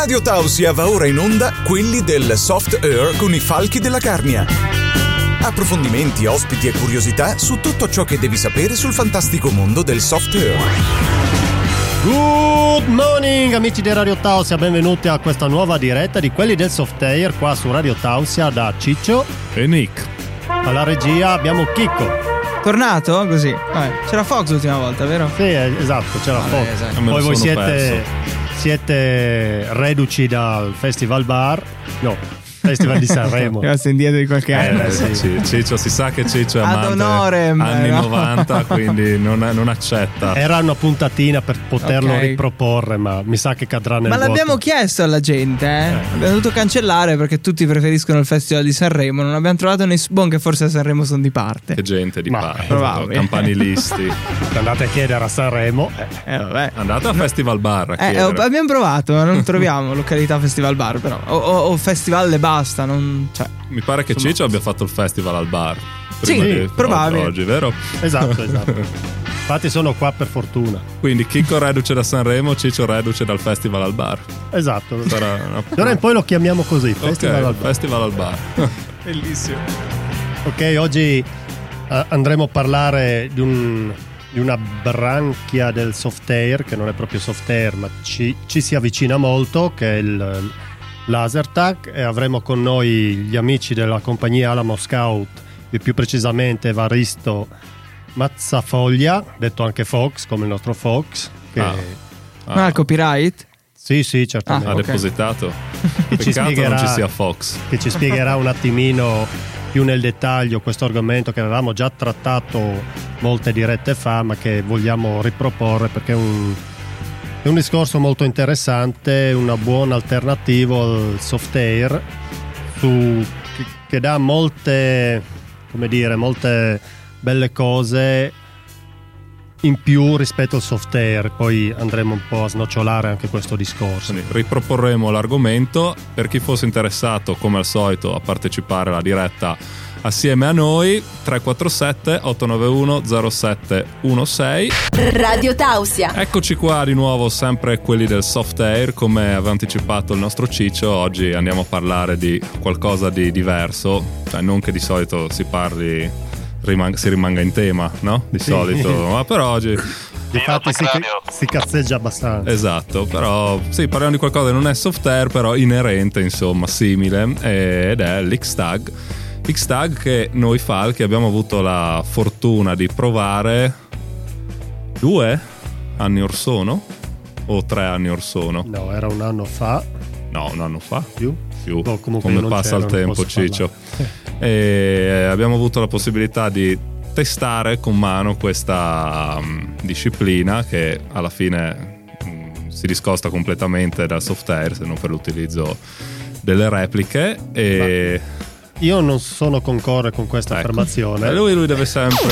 Radio Tausia va ora in onda Quelli del Soft Air con i falchi della Carnia. Approfondimenti, ospiti e curiosità su tutto ciò che devi sapere sul fantastico mondo del soft air. Good morning amici di Radio Tausia, benvenuti a questa nuova diretta di Quelli del Soft Air qua su Radio Tausia da Ciccio e Nick. Alla regia abbiamo Chicco. Tornato? Così. C'era Fox l'ultima volta, vero? Sì, esatto, c'era Fox. Esatto. Poi voi siete reduci dal Festival Bar. No, Festival di Sanremo. Rimasto indietro di qualche anno. Sì. Ciccio, si sa che Ciccio è Ad amante honorem, anni no? 90, quindi non accetta. Era una puntatina per poterlo riproporre, ma mi sa che cadrà nel vuoto. Ma l'abbiamo chiesto alla gente, Abbiamo dovuto cancellare perché tutti preferiscono il Festival di Sanremo. Non abbiamo trovato nessuno, che forse a Sanremo sono di parte. Che gente di parte, probabile. Campanilisti. Andate a chiedere a Sanremo. Vabbè. Andate a Festival Bar a chiedere. Abbiamo provato, ma non troviamo località Festival Bar, però. O Festival e basta, non. Cioè. Mi pare che Ciccio abbia fatto il festival al bar. Sì, probabile. Oggi, vero? Esatto. Infatti sono qua per fortuna. Quindi Chicco reduce da Sanremo, Ciccio reduce dal festival al bar. Esatto. Sarà D'ora in poi lo chiamiamo così, Festival al bar. Festival al bar. Bellissimo. Ok, oggi andremo a parlare di una branchia del soft air, che non è proprio soft air, ma ci si avvicina molto, che è il LaserTag, e avremo con noi gli amici della compagnia Alamo Scout, e più precisamente Evaristo Mazzafoglia, detto anche Fox, come il nostro Fox. Ma il copyright? Sì, certamente. Ha depositato. Che ci Peccato non ci sia Fox. Che ci spiegherà un attimino più nel dettaglio questo argomento che avevamo già trattato molte dirette fa, ma che vogliamo riproporre perché è un discorso molto interessante, una buona alternativa al soft air che dà molte belle cose in più rispetto al soft air. Poi andremo un po' a snocciolare anche questo discorso. Quindi riproporremo l'argomento per chi fosse interessato, come al solito, a partecipare alla diretta assieme a noi. 347 891 0716. Radio Tausia. Eccoci qua di nuovo, sempre quelli del soft air. Come aveva anticipato il nostro Ciccio, oggi andiamo a parlare di qualcosa di diverso, cioè non che di solito si parli si rimanga in tema, no? Di solito, ma per oggi infatti si cazzeggia abbastanza. Esatto, però sì, parliamo di qualcosa che non è soft air, però inerente, insomma, simile, ed è l'X-Tag. X-Tag che noi falchi abbiamo avuto la fortuna di provare 2 anni or sono o 3 anni or sono. No, era un anno fa. No, un anno fa. Più? No, come passa il tempo, Ciccio. E abbiamo avuto la possibilità di testare con mano questa disciplina che alla fine si discosta completamente dal soft air, se non per l'utilizzo delle repliche. E io non sono concorde con questa affermazione. Lui deve sempre.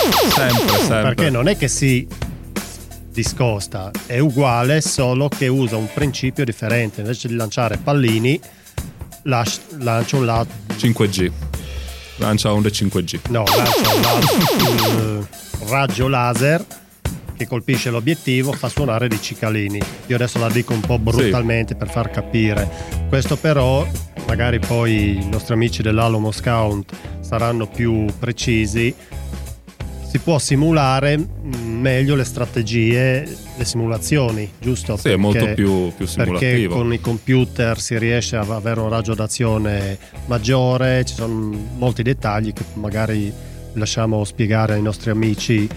Perché non è che si discosta, è uguale, solo che usa un principio differente. Invece di lanciare pallini, lancia un lato 5G. Lancia onde 5G. No, lancia un raggio laser che colpisce l'obiettivo, fa suonare dei cicalini. Io adesso la dico un po' brutalmente per far capire. Questo però, magari poi i nostri amici dell'Alamo Scout saranno più precisi. Si può simulare meglio le strategie, le simulazioni, giusto? Sì, è molto più simulativo. Perché con i computer si riesce a avere un raggio d'azione maggiore, ci sono molti dettagli che magari lasciamo spiegare ai nostri amici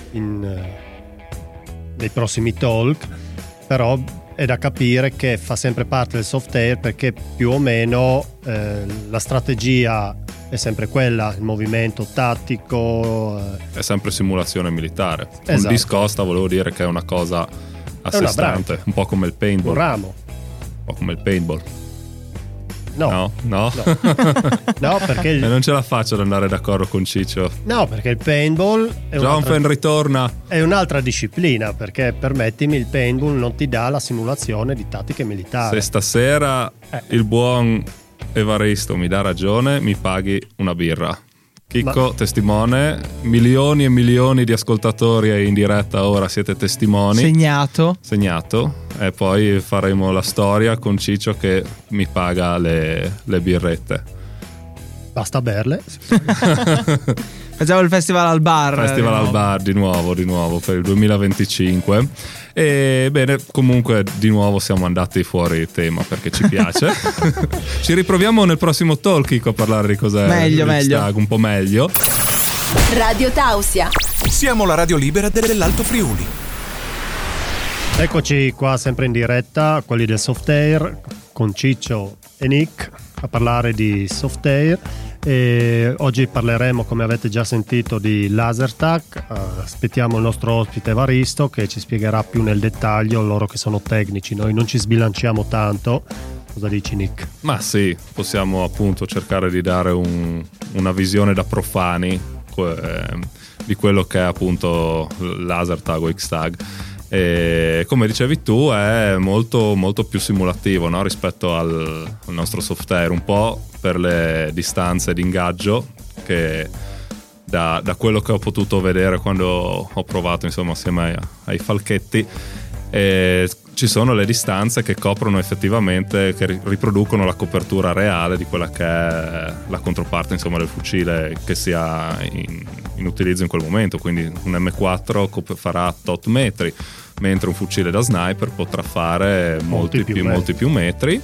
nei prossimi talk, però è da capire che fa sempre parte del soft air, perché più o meno la strategia è sempre quella, il movimento tattico, è sempre simulazione militare. Esatto. Un discosta volevo dire che è una cosa a sé stante, un po' come il paintball. Un ramo. Un po' come il paintball. No. No, perché non ce la faccio ad andare d'accordo con Ciccio. No, perché il paintball ritorna. È un'altra disciplina, perché permettimi, il paintball non ti dà la simulazione di tattiche militari. Se stasera il buon Evaristo mi dà ragione, mi paghi una birra. Chicco, testimone, milioni e milioni di ascoltatori in diretta ora, siete testimoni. Segnato. E poi faremo la storia con Ciccio che mi paga le birrette. Basta berle. Facciamo il festival al bar. Al bar di nuovo per il 2025. E bene, comunque di nuovo siamo andati fuori tema perché ci piace. Ci riproviamo nel prossimo talk, Chico, a parlare di cos'è meglio. Un po' meglio. Radio Tausia. Siamo la radio libera dell'Alto Friuli. Eccoci qua sempre in diretta, quelli del Soft Air, con Ciccio e Nick a parlare di Soft Air. E oggi parleremo, come avete già sentito, di LaserTag. Aspettiamo il nostro ospite Evaristo che ci spiegherà più nel dettaglio, loro che sono tecnici, noi non ci sbilanciamo tanto. Cosa dici, Nick? Ma sì, possiamo appunto cercare di dare una visione da profani di quello che è appunto LaserTag o X-Tag. E come dicevi tu è molto, molto più simulativo, no? Rispetto al nostro software, un po' per le distanze di ingaggio che da quello che ho potuto vedere quando ho provato insomma assieme ai falchetti, ci sono le distanze che coprono effettivamente, che riproducono la copertura reale di quella che è la controparte insomma del fucile che sia in utilizzo in quel momento. Quindi un M4 farà tot metri, mentre un fucile da sniper potrà fare molti più metri.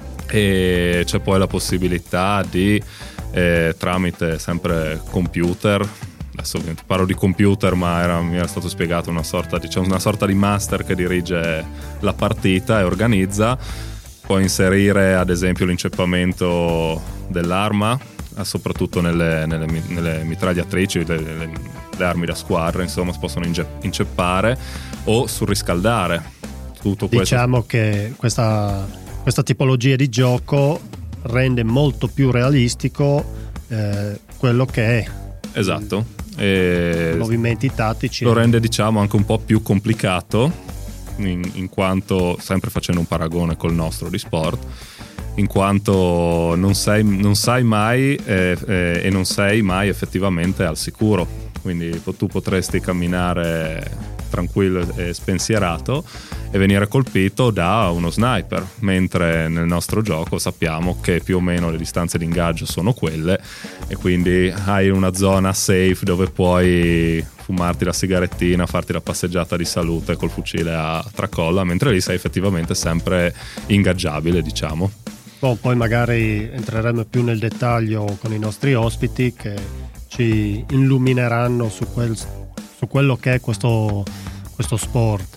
E c'è poi la possibilità di tramite sempre computer, adesso ovviamente parlo di computer ma mi era stato spiegato una sorta di master che dirige la partita e organizza, puoi inserire ad esempio l'inceppamento dell'arma, soprattutto nelle mitragliatrici, le armi da squadra insomma si possono inceppare o surriscaldare tutto questo. Diciamo che questa tipologia di gioco rende molto più realistico quello che è. Esatto. Movimenti tattici. Lo rende diciamo anche un po' più complicato in quanto, sempre facendo un paragone col nostro di sport, in quanto non sai mai e non sei mai effettivamente al sicuro. Quindi tu potresti camminare tranquillo e spensierato e venire colpito da uno sniper, mentre nel nostro gioco sappiamo che più o meno le distanze di ingaggio sono quelle e quindi hai una zona safe dove puoi fumarti la sigarettina, farti la passeggiata di salute col fucile a tracolla, mentre lì sei effettivamente sempre ingaggiabile, diciamo. Poi magari entreremo più nel dettaglio con i nostri ospiti che ci illumineranno su quello che è questo sport.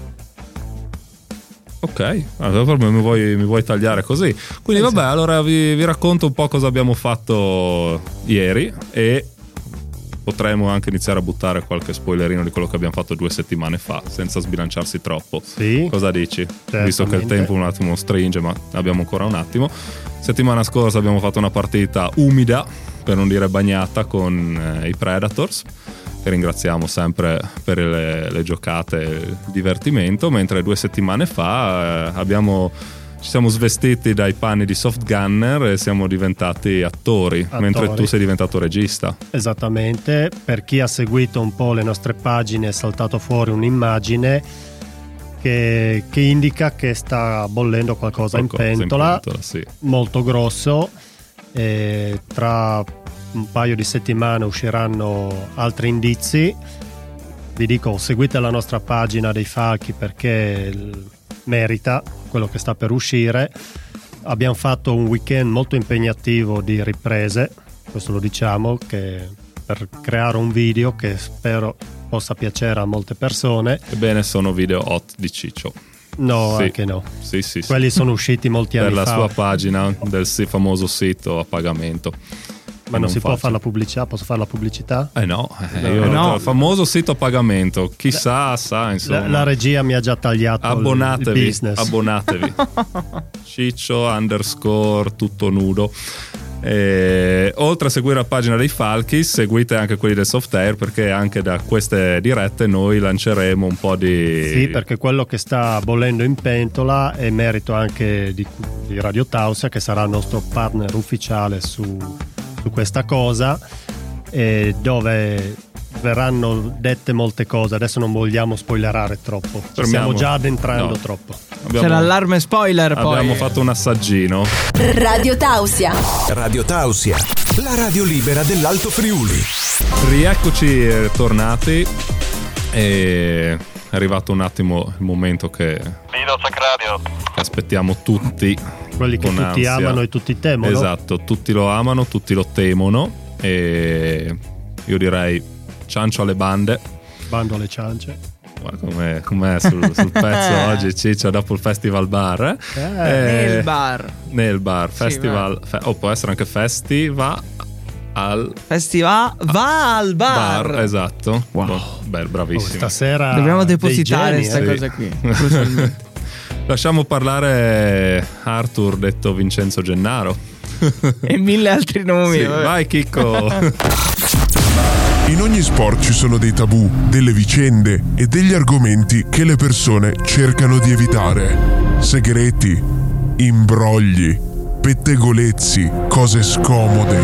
Ok, allora mi vuoi tagliare così. Quindi vabbè, allora vi racconto un po' cosa abbiamo fatto ieri e potremo anche iniziare a buttare qualche spoilerino di quello che abbiamo fatto 2 settimane fa, senza sbilanciarsi troppo. Sì. Cosa dici? Certamente. Visto che il tempo un attimo stringe, ma abbiamo ancora un attimo. Settimana scorsa abbiamo fatto una partita umida, per non dire bagnata, con i Predators, che ringraziamo sempre per le giocate e il divertimento, mentre 2 settimane fa ci siamo svestiti dai panni di soft gunner e siamo diventati attori, mentre tu sei diventato regista. Esattamente, per chi ha seguito un po' le nostre pagine è saltato fuori un'immagine che indica che sta bollendo qualcosa in pentola sì. Molto grosso, e tra un paio di settimane usciranno altri indizi. Vi dico, seguite la nostra pagina dei Falchi perché merita quello che sta per uscire. Abbiamo fatto un weekend molto impegnativo di riprese, questo lo diciamo, che per creare un video che spero possa piacere a molte persone. Ebbene, sono video hot di Ciccio. No, sì. Anche no. Sì. Quelli sono usciti molti anni fa. Per la sua pagina del famoso sito a pagamento. Ma non si può fare la pubblicità? Posso fare la pubblicità? No. Il famoso sito a pagamento. Chissà, insomma. La regia mi ha già tagliato il business. Abbonatevi. Ciccio _ tutto nudo. Oltre a seguire la pagina dei Falchi, seguite anche quelli del Soft Air, perché anche da queste dirette noi lanceremo un po' di... Sì, perché quello che sta bollendo in pentola è merito anche di Radio Tausia, che sarà il nostro partner ufficiale su questa cosa. dove verranno dette molte cose. Adesso non vogliamo spoilerare troppo, stiamo già addentrando troppo. C'è l'allarme spoiler, poi abbiamo fatto un assaggino. Radio Tausia. Radio Tausia, la radio libera dell'Alto Friuli. Rieccoci tornati, e è arrivato un attimo il momento che aspettiamo tutti, quelli che tutti ansia. Amano e tutti temono. Esatto, tutti lo amano, tutti lo temono, e io direi ciancio alle bande. Bando alle ciance. Guarda com'è sul pezzo oggi, Ciccio, dopo il festival bar. Nel bar. Nel bar, Sì, festival, o può essere anche festival va al bar. Esatto. Wow. Beh, bravissimo. Stasera dobbiamo depositare dei questa geni, cosa qui. Lasciamo parlare Arthur, detto Vincenzo Gennaro. E 1000 altri nomi. Sì, vai Chicco. In ogni sport ci sono dei tabù, delle vicende e degli argomenti che le persone cercano di evitare. Segreti, imbrogli, pettegolezzi, cose scomode.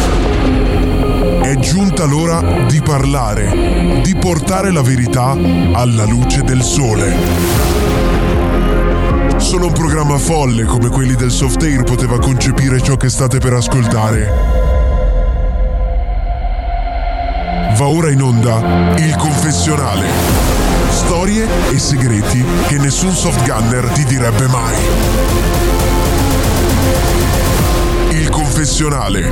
È giunta l'ora di parlare, di portare la verità alla luce del sole. Solo un programma folle come quelli del Soft Air poteva concepire ciò che state per ascoltare. Va ora in onda Il Confessionale. Storie e segreti che nessun soft gunner ti direbbe mai. Il Confessionale.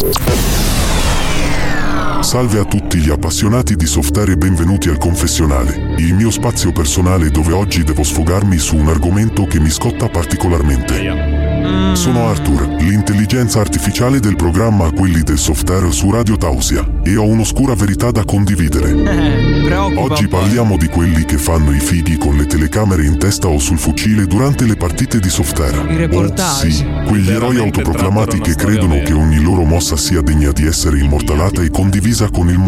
Salve a tutti gli appassionati di Software e benvenuti al Confessionale, il mio spazio personale dove oggi devo sfogarmi su un argomento che mi scotta particolarmente. Sono Arthur, l'intelligenza artificiale del programma Quelli del Software su Radio Tausia, e ho un'oscura verità da condividere. Oggi parliamo di quelli che fanno i fighi con le telecamere in testa o sul fucile durante le partite di Software. I reportage. Sì, quegli eroi autoproclamati che credono che ogni loro mossa sia degna di essere immortalata e condivisa con il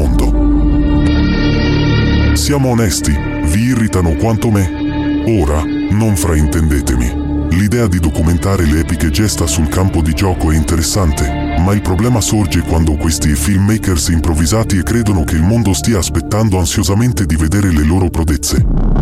mondo. Siamo onesti, vi irritano quanto me? Ora, non fraintendetemi. L'idea di documentare le epiche gesta sul campo di gioco è interessante, ma il problema sorge quando questi filmmakers improvvisati e credono che il mondo stia aspettando ansiosamente di vedere le loro prodezze.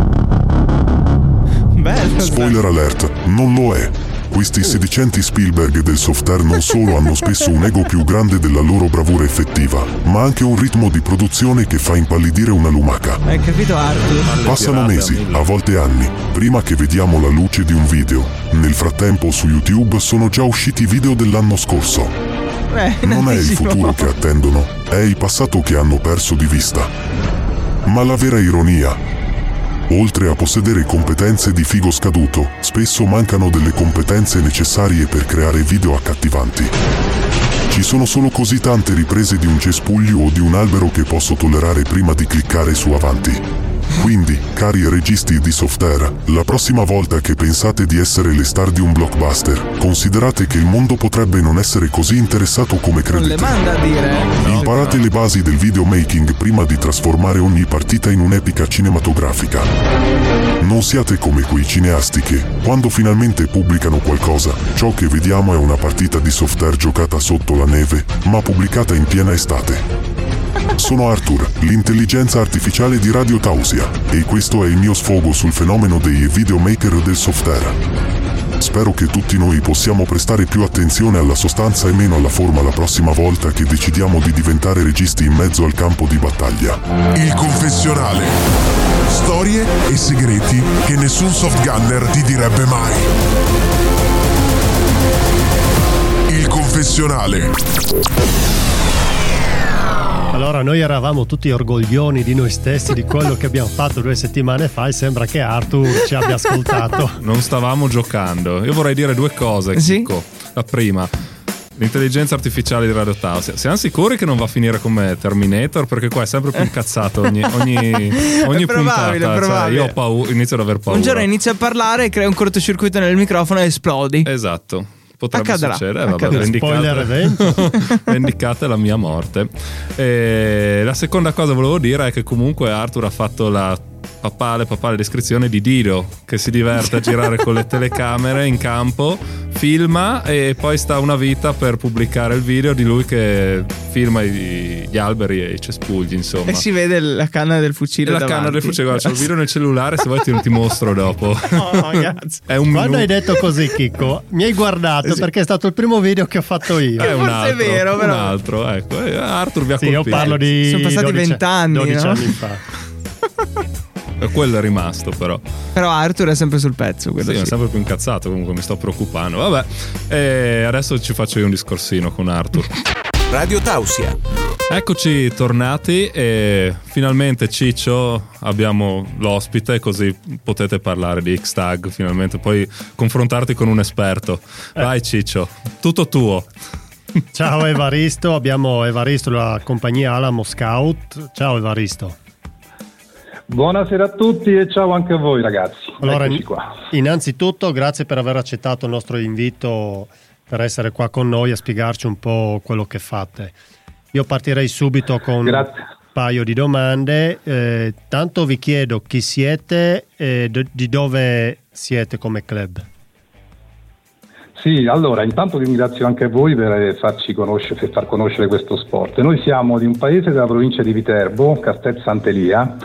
Bello. Spoiler alert, non lo è. Questi sedicenti Spielberg del software non solo hanno spesso un ego più grande della loro bravura effettiva, ma anche un ritmo di produzione che fa impallidire una lumaca. Hai capito, Arthur? Passano mesi, a volte anni, prima che vediamo la luce di un video. Nel frattempo su YouTube sono già usciti video dell'anno scorso. Non è il futuro che attendono, è il passato che hanno perso di vista. Ma la vera ironia, oltre a possedere competenze di figo scaduto, spesso mancano delle competenze necessarie per creare video accattivanti. Ci sono solo così tante riprese di un cespuglio o di un albero che posso tollerare prima di cliccare su avanti. Quindi, cari registi di software, la prossima volta che pensate di essere le star di un blockbuster, considerate che il mondo potrebbe non essere così interessato come Non le credete. manda a dire. Imparate le basi del videomaking prima di trasformare ogni partita in un'epica cinematografica. Non siate come quei cineasti che, quando finalmente pubblicano qualcosa, ciò che vediamo è una partita di software giocata sotto la neve, ma pubblicata in piena estate. Sono Arthur, l'intelligenza artificiale di Radio Tausia, e questo è il mio sfogo sul fenomeno dei videomaker del software. Spero che tutti noi possiamo prestare più attenzione alla sostanza e meno alla forma la prossima volta che decidiamo di diventare registi in mezzo al campo di battaglia. Il Confessionale. Storie e segreti che nessun soft gunner ti direbbe mai. Il Confessionale. Allora, noi eravamo tutti orgoglioni di noi stessi, di quello che abbiamo fatto 2 settimane fa, e sembra che Arthur ci abbia ascoltato. Non stavamo giocando. Io vorrei dire 2 cose, Sì? Chicco. La prima, l'intelligenza artificiale di Radio Tausia. Siamo sicuri che non va a finire come Terminator? Perché qua è sempre più incazzato ogni È probabile, puntata. è probabile. Io ho paura, inizio ad aver paura. Un giorno inizia a parlare, crea un cortocircuito nel microfono e esplodi. Esatto. Potrebbe Accadrà. succedere, vabbè, Accadrà. Spoiler evento. vendicata la mia morte. E la seconda cosa che volevo dire è che comunque Arthur ha fatto la papale descrizione di Dido che si diverte a girare con le telecamere in campo, filma e poi sta una vita per pubblicare il video di lui che filma gli alberi e i cespugli, insomma. E si vede la canna del fucile la canna del fucile, guarda, c'ho il video nel cellulare, se vuoi ti mostro dopo. Oh, è un Quando hai detto così, Chicco, mi hai guardato perché è stato il primo video che ho fatto io. È un altro, è vero, però. un altro, ecco. Arthur vi ha colpito. Io parlo di sono passati 20 anni, 12 no? anni fa. Quello è rimasto, però Arthur è sempre sul pezzo, quello sì, sì. è sempre più incazzato, comunque mi sto preoccupando. Vabbè, e adesso ci faccio io un discorsino con Arthur. Radio Tausia. Eccoci tornati e finalmente Ciccio abbiamo l'ospite, così potete parlare di X-Tag finalmente, poi confrontarti con un esperto. Vai Ciccio, tutto tuo. Ciao Evaristo, abbiamo Evaristo della compagnia Alamo Scout. Ciao Evaristo. Buonasera a tutti e ciao anche a voi ragazzi. Allora, eccoci qua. Innanzitutto grazie per aver accettato il nostro invito per essere qua con noi a spiegarci un po' quello che fate. Io partirei subito con un paio di domande. Tanto vi chiedo chi siete e di dove siete come club. Sì, allora intanto ringrazio anche voi per farci conoscere, per far conoscere questo sport. Noi siamo di un paese della provincia di Viterbo, Castel Sant'Elia,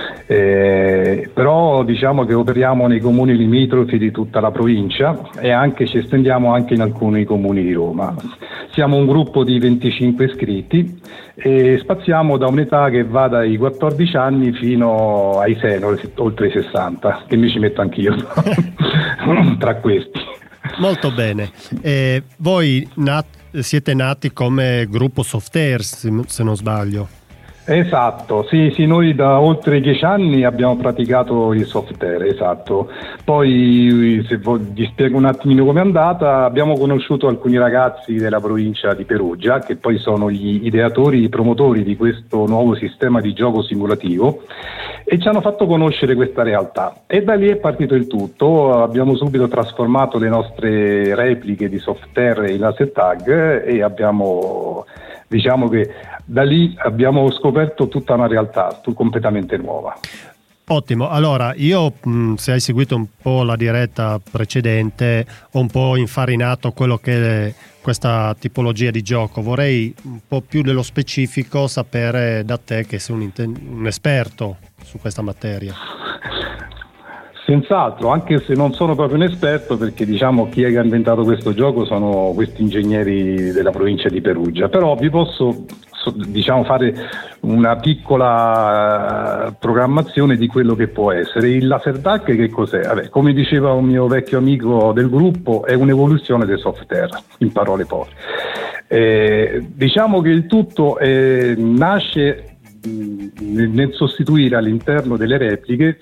però diciamo che operiamo nei comuni limitrofi di tutta la provincia e anche ci estendiamo anche in alcuni comuni di Roma. Siamo un gruppo di 25 iscritti e spaziamo da un'età che va dai 14 anni fino ai 6, oltre i 60, che mi ci metto anch'io tra questi. Molto bene. Voi siete nati come gruppo Softair, se non sbaglio. Esatto, sì, noi da oltre 10 anni abbiamo praticato il Softair, esatto. Poi se vi spiego un attimino com'è andata, abbiamo conosciuto alcuni ragazzi della provincia di Perugia che poi sono gli ideatori, i promotori di questo nuovo sistema di gioco simulativo e ci hanno fatto conoscere questa realtà e da lì è partito il tutto. Abbiamo subito trasformato le nostre repliche di Softair in laser tag e diciamo che da lì abbiamo scoperto tutta una realtà completamente nuova. Ottimo, allora io se hai seguito un po' la diretta precedente ho un po' infarinato quello che è questa tipologia di gioco. Vorrei un po' più dello specifico sapere da te che sei un esperto su questa materia. Senz'altro, anche se non sono proprio un esperto, perché diciamo chi è che ha inventato questo gioco sono questi ingegneri della provincia di Perugia, però vi posso fare una piccola programmazione di quello che può essere. Il laser tag che cos'è? Vabbè, come diceva un mio vecchio amico del gruppo, è un'evoluzione del Softair, in parole povere. Diciamo che il tutto nasce nel sostituire all'interno delle repliche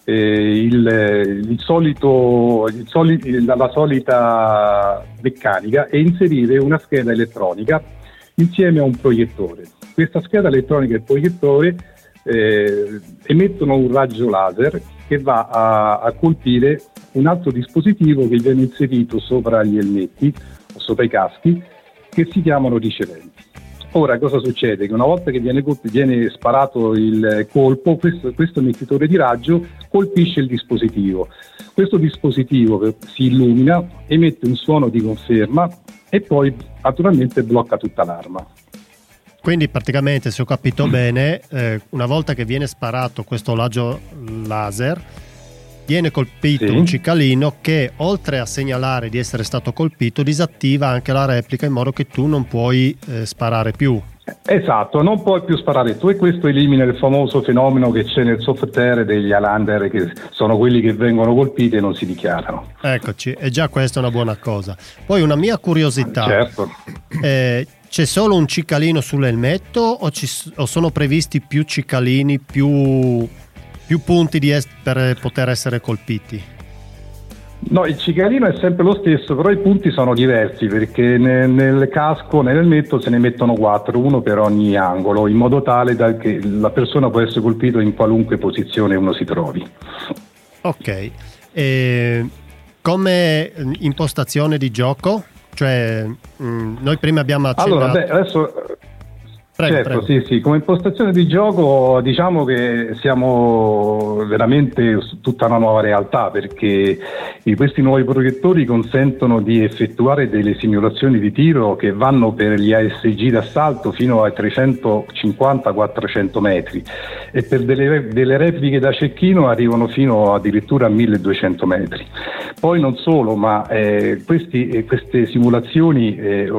la solita meccanica e inserire una scheda elettronica insieme a un proiettore. Questa scheda elettronica e il proiettore emettono un raggio laser che va a colpire un altro dispositivo che viene inserito sopra gli elmetti o sopra i caschi, che si chiamano riceventi. Ora cosa succede? Che una volta che viene sparato il colpo, questo emettitore di raggio colpisce il dispositivo. Questo dispositivo si illumina, emette un suono di conferma e poi naturalmente blocca tutta l'arma. Quindi praticamente, se ho capito bene, una volta che viene sparato questo raggio laser, viene colpito un cicalino che, oltre a segnalare di essere stato colpito, disattiva anche la replica in modo che tu non puoi sparare più. Esatto, non puoi più sparare tu, e questo elimina il famoso fenomeno che c'è nel Softair degli Highlander, che sono quelli che vengono colpiti e non si dichiarano. Eccoci, e già questa è una buona cosa. Poi una mia curiosità, certo. C'è solo un cicalino sull'elmetto o sono previsti più cicalini, più punti per poter essere colpiti? No, il cicalino è sempre lo stesso, però i punti sono diversi, perché nel casco, nell'elmetto se ne mettono 4, uno per ogni angolo, in modo tale che la persona può essere colpita in qualunque posizione uno si trovi. Ok, come impostazione di gioco? Cioè, noi prima abbiamo accennato... Allora, adesso Prego. Sì, come impostazione di gioco diciamo che siamo veramente su tutta una nuova realtà, perché questi nuovi proiettori consentono di effettuare delle simulazioni di tiro che vanno per gli ASG d'assalto fino ai 350-400 metri e per delle repliche da cecchino arrivano fino addirittura a 1200 metri. Poi non solo, ma queste simulazioni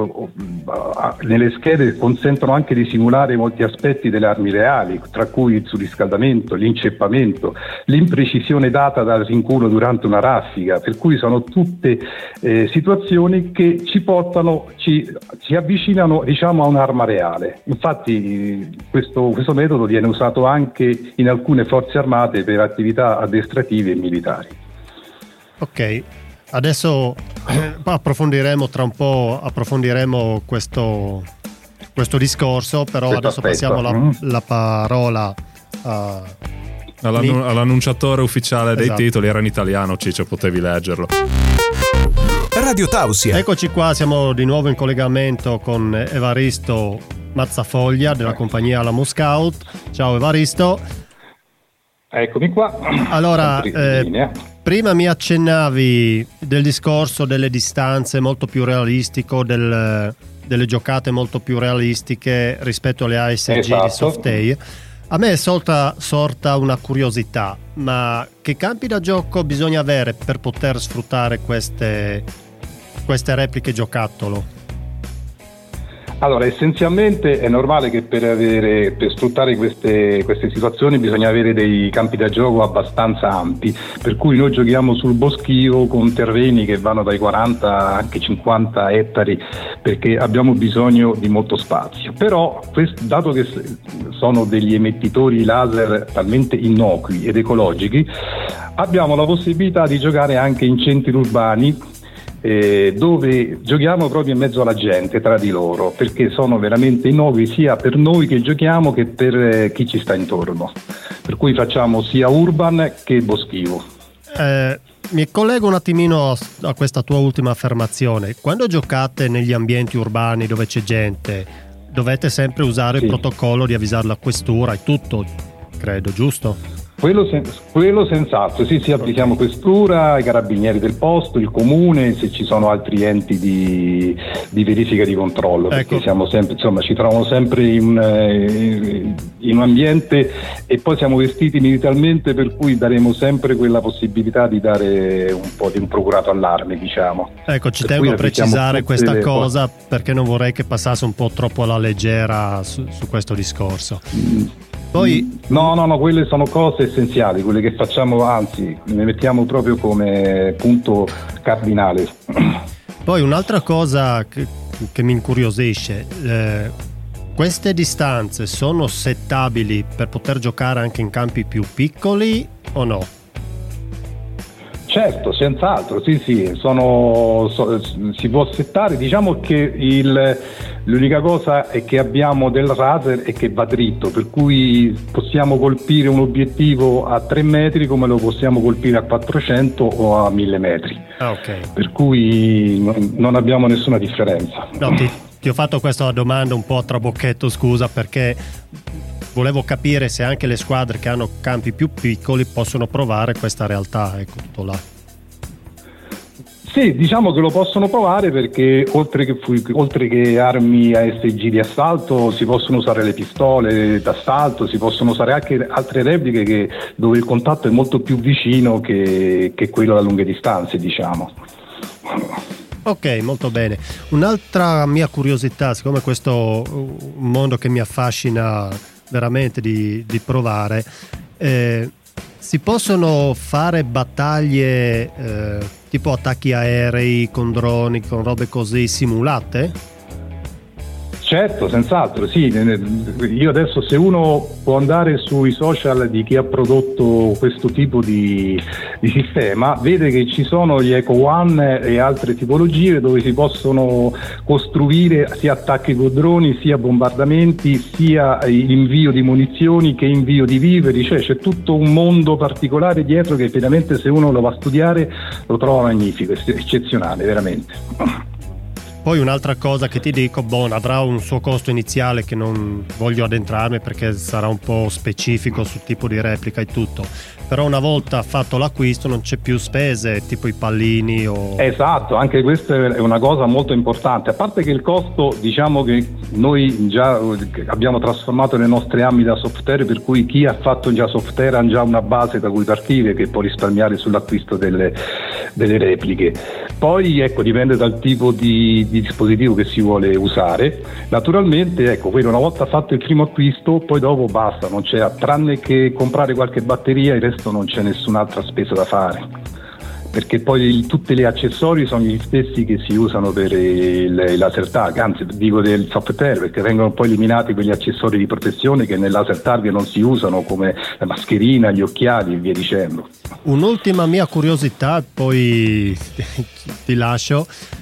nelle schede consentono anche di simulare molti aspetti delle armi reali, tra cui il surriscaldamento, l'inceppamento, l'imprecisione data dal rinculo durante una raffica, per cui sono tutte situazioni che ci avvicinano, diciamo, a un'arma reale. Infatti questo metodo viene usato anche in alcune forze armate per attività addestrative e militari. Ok, adesso approfondiremo tra un po', questo discorso, però adesso passiamo la parola all'annunciatore ufficiale dei titoli. Era in italiano, Ciccio, potevi leggerlo. Radio Tausia. Eccoci qua, siamo di nuovo in collegamento con Evaristo Mazzafoglia della compagnia Alamo Scout. Ciao Evaristo. Eccomi qua. Allora, prima mi accennavi del discorso delle distanze molto più realistico, delle giocate molto più realistiche rispetto alle ASG di Softair. A me è sorta una curiosità, ma che campi da gioco bisogna avere per poter sfruttare queste repliche giocattolo? Allora, essenzialmente è normale che per sfruttare queste situazioni bisogna avere dei campi da gioco abbastanza ampi, per cui noi giochiamo sul boschivo con terreni che vanno dai 40 anche 50 ettari, perché abbiamo bisogno di molto spazio. Però, dato che sono degli emettitori laser talmente innocui ed ecologici, abbiamo la possibilità di giocare anche in centri urbani, dove giochiamo proprio in mezzo alla gente, tra di loro, perché sono veramente innocui sia per noi che giochiamo che per chi ci sta intorno, per cui facciamo sia urban che boschivo. Mi collego un attimino a questa tua ultima affermazione. Quando giocate negli ambienti urbani dove c'è gente, dovete sempre usare il protocollo di avvisare la questura e tutto, credo, giusto? Quello senz'altro, sì, avvisiamo questura, i carabinieri del posto, il comune, se ci sono altri enti di verifica, di controllo, perché siamo sempre, insomma, ci troviamo sempre in un ambiente e poi siamo vestiti militarmente, per cui daremo sempre quella possibilità di dare un po' di un procurato allarme, diciamo. Ecco, ci tengo a precisare questa cosa perché non vorrei che passasse un po' troppo alla leggera su questo discorso. Poi no, quelle sono cose essenziali, quelle che facciamo, anzi ne mettiamo proprio come punto cardinale. Poi un'altra cosa che mi incuriosisce, queste distanze sono settabili per poter giocare anche in campi più piccoli o no? Certo, senz'altro, sì, si può settare. Diciamo che l'unica cosa è che abbiamo del laser e che va dritto, per cui possiamo colpire un obiettivo a 3 metri come lo possiamo colpire a 400 o a 1000 metri. Ok. Per cui non abbiamo nessuna differenza. No, ti ho fatto questa domanda un po' a trabocchetto, scusa, perché volevo capire se anche le squadre che hanno campi più piccoli possono provare questa realtà, ecco, tutto là. Sì, diciamo che lo possono provare, perché oltre che armi ASG di assalto si possono usare le pistole d'assalto, si possono usare anche altre repliche dove il contatto è molto più vicino che quello a lunghe distanze, diciamo. Ok, molto bene. Un'altra mia curiosità, siccome questo è un mondo che mi affascina veramente di provare, si possono fare battaglie tipo attacchi aerei con droni, con robe così simulate? Certo, senz'altro, sì. Io adesso, se uno può andare sui social di chi ha prodotto questo tipo di sistema, vede che ci sono gli Eco One e altre tipologie dove si possono costruire sia attacchi con droni, sia bombardamenti, sia invio di munizioni che invio di viveri, cioè c'è tutto un mondo particolare dietro che veramente, se uno lo va a studiare, lo trova magnifico, eccezionale, veramente. poi un'altra cosa che ti dico, avrà un suo costo iniziale che non voglio addentrarmi perché sarà un po' specifico sul tipo di replica e tutto, però una volta fatto l'acquisto non c'è più spese tipo i pallini o... Esatto, anche questa è una cosa molto importante, a parte che il costo, diciamo che noi già abbiamo trasformato le nostre armi da software, per cui chi ha fatto già software ha già una base da cui partire che può risparmiare sull'acquisto delle repliche. Poi ecco, dipende dal tipo di dispositivo che si vuole usare. Naturalmente ecco, quello una volta fatto il primo acquisto, poi dopo basta, non c'è, tranne che comprare qualche batteria, il resto non c'è nessun'altra spesa da fare, perché poi tutti gli accessori sono gli stessi che si usano per il laser tag, anzi dico del software, perché vengono poi eliminati quegli accessori di protezione che nel laser tag non si usano, come la mascherina, gli occhiali e via dicendo. Un'ultima mia curiosità, poi ti lascio.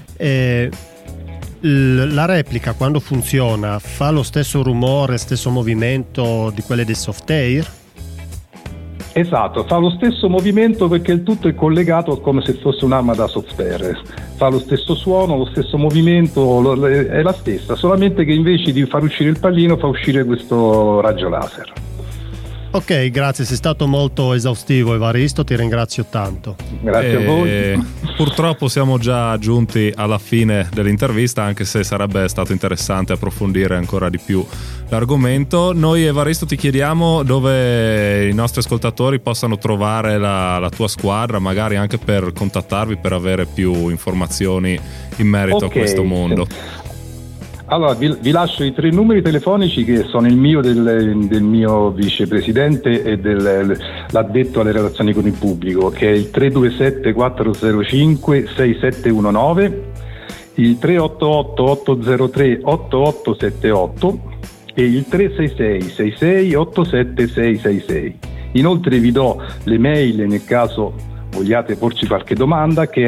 La replica quando funziona fa lo stesso rumore, stesso movimento di quelle del software? Esatto, fa lo stesso movimento perché il tutto è collegato come se fosse un'arma da software, fa lo stesso suono, lo stesso movimento, è la stessa, solamente che invece di far uscire il pallino fa uscire questo raggio laser. Ok, grazie, sei stato molto esaustivo Evaristo, ti ringrazio tanto. Grazie a voi. Purtroppo siamo già giunti alla fine dell'intervista, anche se sarebbe stato interessante approfondire ancora di più l'argomento. Noi Evaristo ti chiediamo dove i nostri ascoltatori possano trovare la tua squadra, magari anche per contattarvi per avere più informazioni in merito a questo mondo. Allora vi lascio i 3 numeri telefonici che sono il mio, del mio vicepresidente e l'addetto alle relazioni con il pubblico, che è il 327 405 6719, il 388 803 8878 e il 366 66 87 666. Inoltre vi do le mail nel caso vogliate porci qualche domanda, che è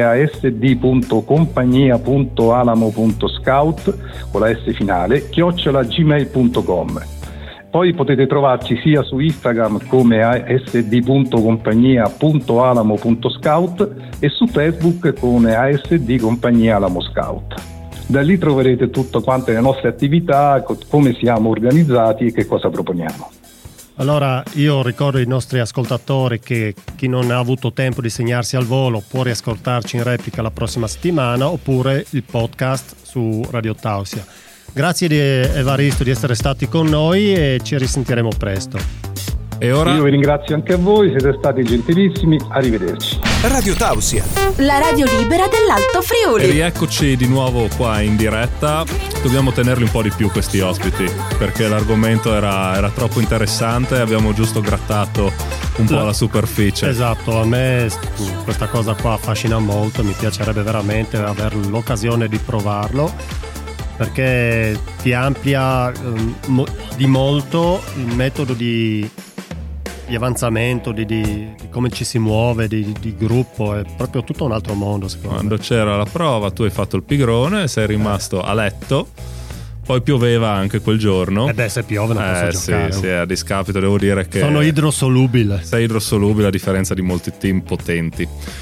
asd.compagnia.alamo.scout con la S finale @gmail.com. Poi potete trovarci sia su Instagram come asd.compagnia.alamo.scout e su Facebook come ASD Compagnia Alamo Scout. Da lì troverete tutto quante le nostre attività, come siamo organizzati e che cosa proponiamo. Allora io ricordo ai nostri ascoltatori che chi non ha avuto tempo di segnarsi al volo può riascoltarci in replica la prossima settimana oppure il podcast su Radio Tausia. Grazie Evaristo di essere stati con noi e ci risentiremo presto. E ora... Io vi ringrazio anche a voi, siete stati gentilissimi, arrivederci. Radio Tausia, la radio libera dell'Alto Friuli. E rieccoci di nuovo qua in diretta. Dobbiamo tenerli un po' di più questi ospiti perché l'argomento era troppo interessante, abbiamo giusto grattato un po' la superficie. Esatto, a me questa cosa qua affascina molto, mi piacerebbe veramente avere l'occasione di provarlo perché ti amplia di molto il metodo di avanzamento, di come ci si muove, di gruppo, è proprio tutto un altro mondo secondo me. Quando c'era la prova tu hai fatto il pigrone, sei rimasto a letto, poi pioveva anche quel giorno. Se piove non posso giocare. Sì, a discapito devo dire che sono idrosolubile. Sei idrosolubile a differenza di molti team potenti.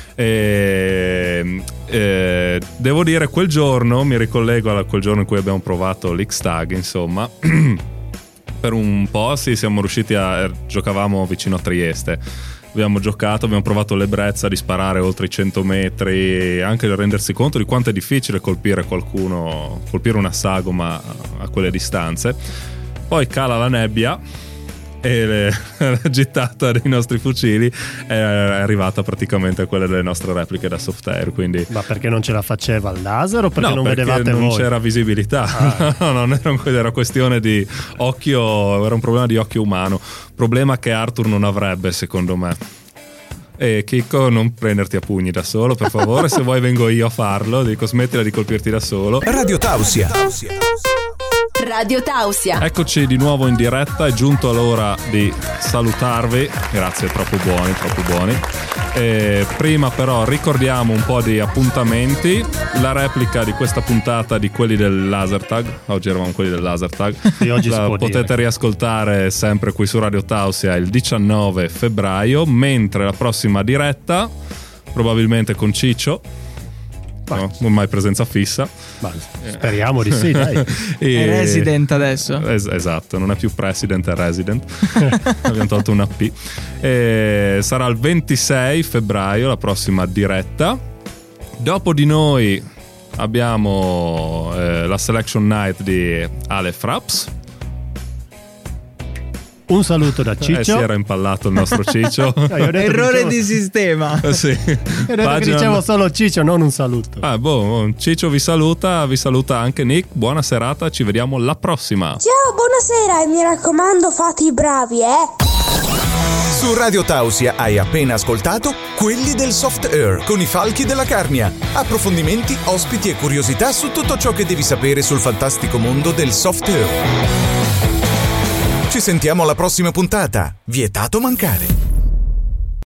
Devo dire quel giorno, mi ricollego a quel giorno in cui abbiamo provato l'X-Tag, insomma. Per un po' siamo riusciti giocavamo vicino a Trieste, abbiamo giocato, abbiamo provato l'ebbrezza di sparare oltre i 100 metri e anche rendersi conto di quanto è difficile colpire una sagoma a quelle distanze. Poi cala la nebbia e la gittata dei nostri fucili è arrivata praticamente a quelle delle nostre repliche da software, quindi... Ma perché non ce la faceva il laser o perché no, non perché vedevate non voi? C'era visibilità. No, non era questione di occhio, era un problema di occhio umano, problema che Arthur non avrebbe secondo me. E Chicco, non prenderti a pugni da solo per favore, se vuoi vengo io a farlo, dico smettila di colpirti da solo. Radio Tausia. Radio Tausia. Eccoci di nuovo in diretta, è giunto l'ora di salutarvi, grazie, troppo buoni. Prima però ricordiamo un po' di appuntamenti, la replica di questa puntata di quelli del laser tag, oggi eravamo quelli del laser tag, sì, oggi la potete riascoltare sempre qui su Radio Tausia il 19 febbraio, mentre la prossima diretta, probabilmente con Ciccio, no? Ormai presenza fissa. Ma speriamo di sì, dai. È resident adesso. Esatto, non è più president, è resident. Abbiamo tolto una P. Sarà il 26 febbraio la prossima diretta. Dopo di noi abbiamo la selection night di Ale Fraps. Un saluto da Ciccio. Si era impallato il nostro Ciccio. Errore di sistema. Sì. Io ho detto che dicevo solo Ciccio, non un saluto. Ciccio vi saluta anche Nick. Buona serata, ci vediamo la prossima. Ciao, buonasera e mi raccomando fate i bravi, Su Radio Tausia hai appena ascoltato Quelli del Soft Air con i falchi della Carnia. Approfondimenti, ospiti e curiosità su tutto ciò che devi sapere sul fantastico mondo del soft air. Ci sentiamo alla prossima puntata. Vietato mancare.